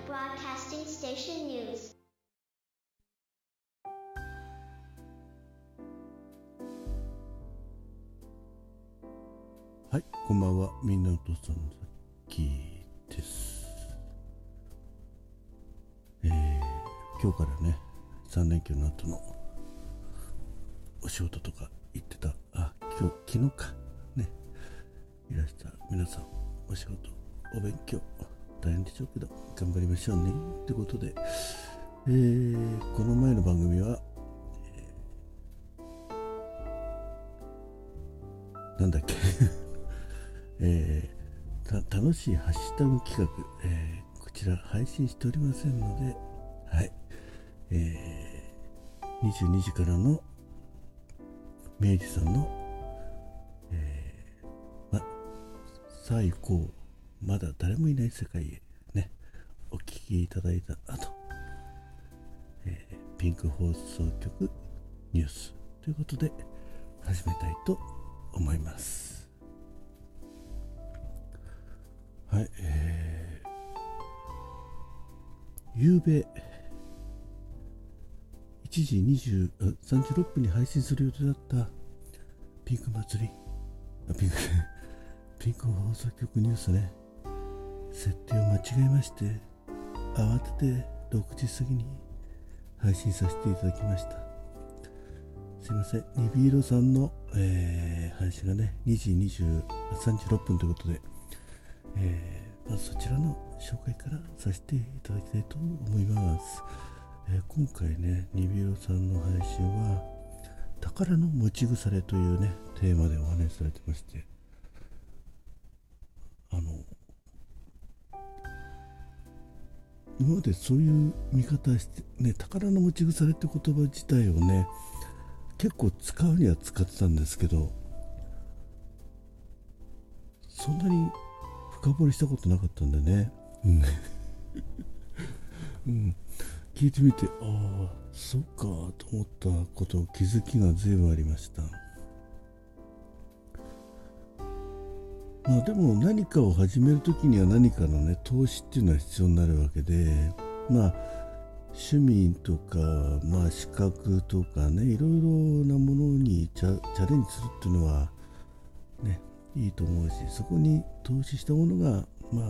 Broadcasting Station News. はい、こんばんは。みんなのお父さんザッキーです。今日からね、3連休の後のお仕事とか行ってた、昨日かね、いらした皆さん、お仕事、お勉強大変でしょうけど頑張りましょうねってことで、この前の番組は、なんだっけ楽しいハッシュタグ企画、こちら配信しておりませんので、はい、22時からの明治さんの、さあ行こう、まだ誰もいない世界へね、お聞きいただいた後、ピンク放送局ニュースということで始めたいと思います。はい、夕べ1時36分に配信する予定だったピンク祭り、ピンク放送局ニュースね、設定を間違えまして、慌てて6時過ぎに配信させていただきました。すいません、ニビーロさんの、配信がね36分ということで、まずそちらの紹介からさせていただきたいと思います。今回ね、ニビーロさんの配信は宝の持ち腐れというねテーマでお話しされてまして、今までそういう見方してね、宝の持ち腐れって言葉自体をね結構使うには使ってたんですけど、そんなに深掘りしたことなかったんでね、聞いてみて、そっかと思ったこと、気づきが随分ありました。でも何かを始めるときには何かのね投資っていうのは必要になるわけで、趣味とか、資格とかね、いろいろなものにチャレンジするっていうのはねいいと思うし、そこに投資したものが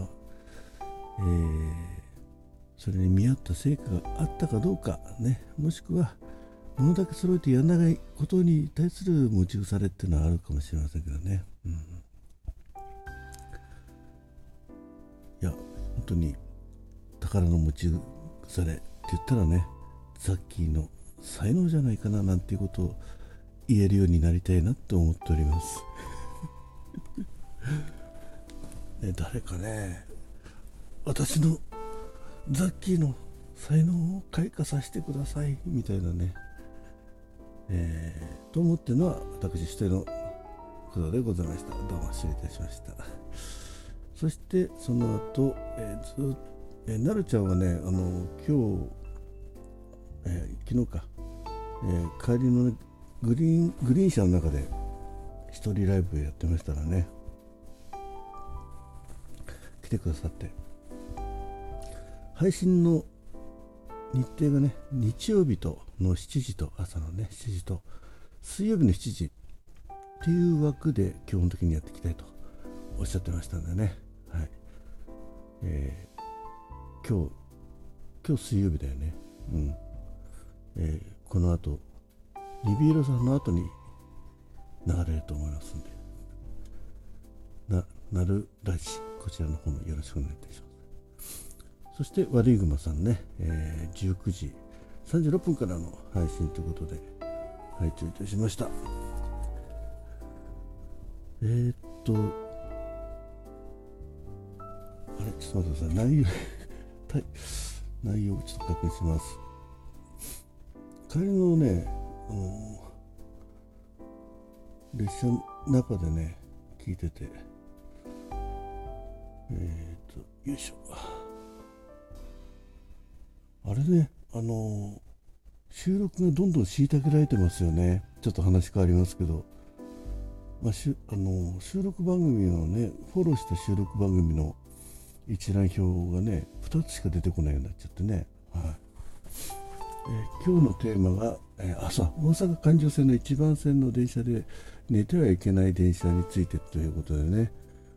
それに見合った成果があったかどうかね、もしくは物だけ揃えてやらないことに対する持ち腐れっていうのはあるかもしれませんけどね、いや本当に宝の持ち腐れって言ったらね、ザッキーの才能じゃないかななんていうことを言えるようになりたいなと思っておりますね、誰かね、私のザッキーの才能を開花させてくださいみたいなね、と思ってるのは私一人のことでございました。どうも失礼いたしました。そしてその後、なるちゃんはね、今日、昨日か、帰りの、ね、グリーン車の中で一人ライブやってましたらね、来てくださって、配信の日程がね、日曜日との7時と朝のね7時と水曜日の7時っていう枠で基本的にやっていきたいとおっしゃってましたんでね、はい、今日水曜日だよね、この後ニビーロさんの後に流れると思いますんで、なるらしこちらの方もよろしくお願いいたします。そして悪いグマさんね、19時36分からの配信ということで拝聴いたしました。あれちょっと待ってください、内容をちょっと確認します。帰りのね、列車の中でね聞いてて、よいしょ、あれね、収録がどんどん虐げられてますよね。ちょっと話変わりますけど、収録番組のね、フォローした収録番組の一覧表がね2つしか出てこないようになっちゃってね、はい。今日のテーマが、大阪環状線の1番線の電車で寝てはいけない電車についてということでね、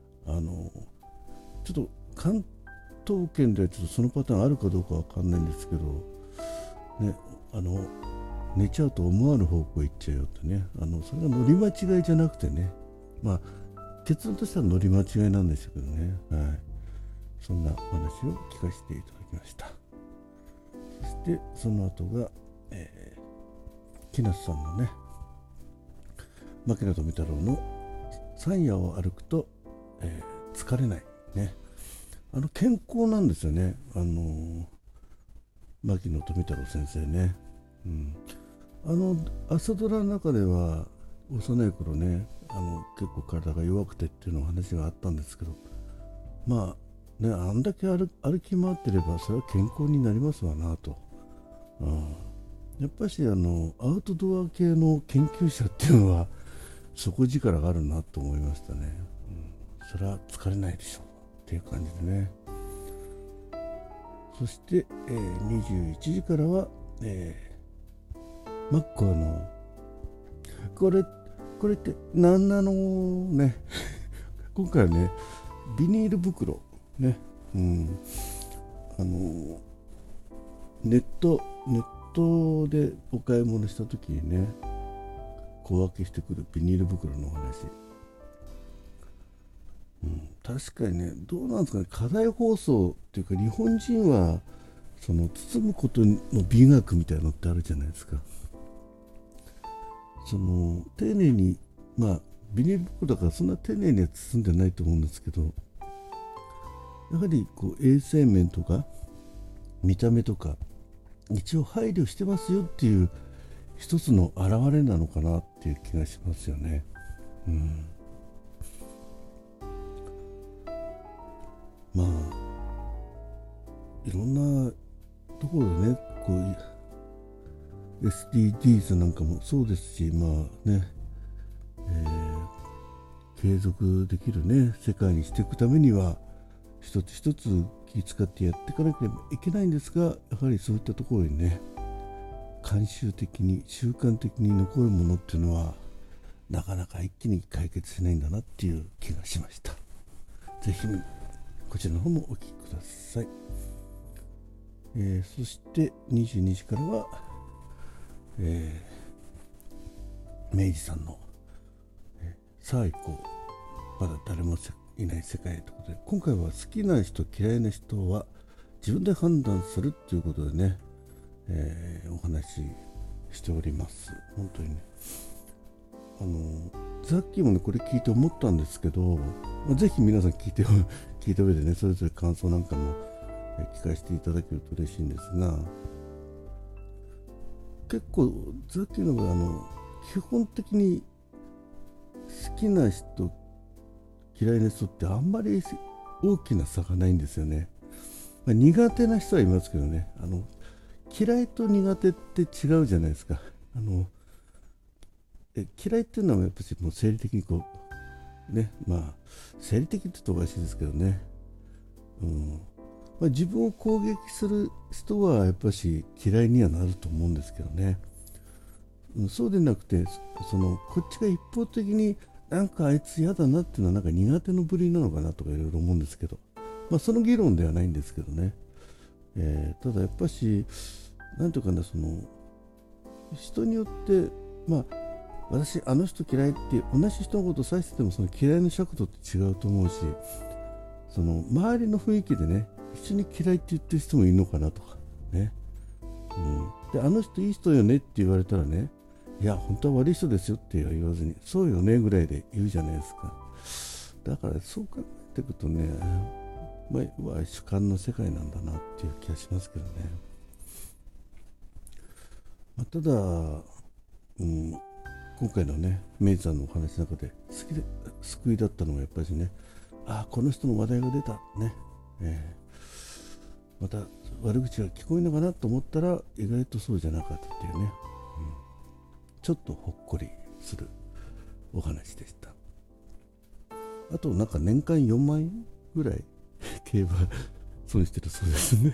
ちょっと関東圏ではちょっとそのパターンあるかどうかわかんないんですけどね、寝ちゃうと思わぬ方向行っちゃうよってね、それが乗り間違いじゃなくてね、まあ結論としては乗り間違いなんですけどね、はい、そんなお話を聞かせていただきました。そしてその後が、木梨さんのね、牧野富太郎の山野を歩くと、疲れないね、健康なんですよね、牧野富太郎先生ね、朝ドラの中では幼い頃ね、結構体が弱くてっていうの話があったんですけど、まあね、あんだけ歩き回ってればそれは健康になりますわなと、やっぱしアウトドア系の研究者っていうのは底力があるなと思いましたね、それは疲れないでしょうっていう感じでね。そして、21時からは、マッコのこれって何なのね今回はねビニール袋ね、ネットでお買い物した時にね小分けしてくるビニール袋のお話、確かにね、どうなんですかね、課題放送っていうか日本人はその包むことの美学みたいなのってあるじゃないですか。その丁寧に、ビニール袋だからそんな丁寧には包んでないと思うんですけど、やはりこう衛生面とか見た目とか一応配慮してますよっていう一つの表れなのかなっていう気がしますよね。いろんなところでね、こう SDGs なんかもそうですし、継続できるね世界にしていくためには一つ一つ気遣ってやっていかなければいけないんですが、やはりそういったところにね慣習的に習慣的に残るものっていうのはなかなか一気に解決しないんだなっていう気がしました。ぜひこちらの方もお聞きください。そして22時からは、明治さんの、さあ行こう、まだ誰もいない世界ということで、今回は好きな人嫌いな人は自分で判断するということでね、お話ししております。本当にね、さっきもねこれ聞いて思ったんですけど、ぜひ皆さん聞いた上でね、それぞれ感想なんかも聞かせていただけると嬉しいんですが、結構さっきのが基本的に好きな人嫌いな人ってあんまり大きな差がないんですよね。苦手な人はいますけどね、嫌いと苦手って違うじゃないですか。嫌いっていうのはやっぱりもう生理的にこうね、生理的って言うとおかしいですけどね、自分を攻撃する人はやっぱし嫌いにはなると思うんですけどね、そうでなくてこっちが一方的になんかあいつ嫌だなっていうのはなんか苦手の部類なのかなとかいろいろ思うんですけど、その議論ではないんですけどね、ただやっぱしなんていうかな、人によって私あの人嫌いって同じ人のことを指しててもその嫌いの尺度って違うと思うし、周りの雰囲気でね一緒に嫌いって言ってる人もいるのかなとかね、であの人いい人よねって言われたらね、いや本当は悪い人ですよって言わずにそうよねぐらいで言うじゃないですか。だからそう考えていくとね、主観の世界なんだなっていう気がしますけどね。ただ、今回のねメイさんのお話の中で救いだったのはやっぱりね、この人の話題が出たね、また悪口が聞こえるのかなと思ったら意外とそうじゃなかったっていうね、ちょっとほっこりするお話でした。あとなんか年間4万円ぐらい競馬損してるそうですね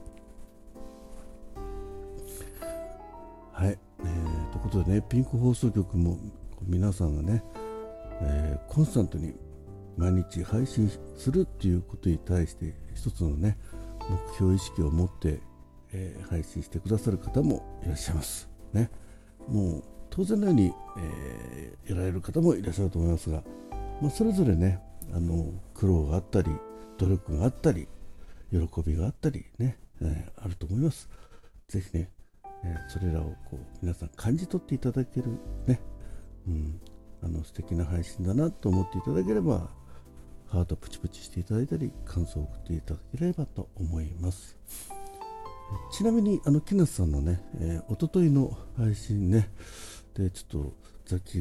はい、ということでね、ピンク放送局も皆さんがね、コンスタントに毎日配信するっていうことに対して一つのね目標意識を持って、配信してくださる方もいらっしゃいますね。もう当然のように、やられる方もいらっしゃると思いますが、それぞれね苦労があったり努力があったり喜びがあったりね、あると思います。ぜひね、それらを皆さん感じ取っていただけるね、素敵な配信だなと思っていただければハートプチプチしていただいたり感想を送っていただければと思います。ちなみに木梨さんのね、一昨日の配信ねでちょっとザキが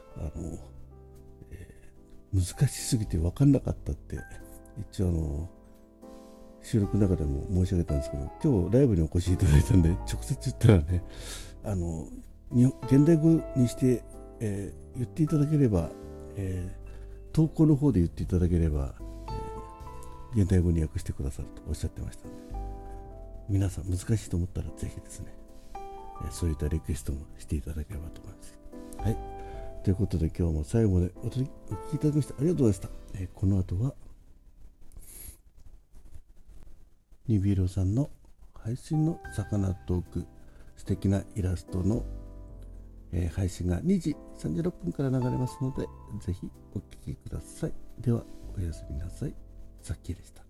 難しすぎて分かんなかったって一応収録の中でも申し上げたんですけど、今日ライブにお越しいただいたんで直接言ったらね現代語にして、言っていただければ、投稿の方で言っていただければ、現代語に訳してくださるとおっしゃってましたので、皆さん難しいと思ったらぜひですね、そういったリクエストもしていただければと思います。はい、ということで今日も最後までお聞きいただきましてありがとうございました。この後はニビロさんの配信の魚トーク素敵なイラストの、配信が2時36分から流れますのでぜひお聞きください。ではおやすみなさい。ザッキーでした。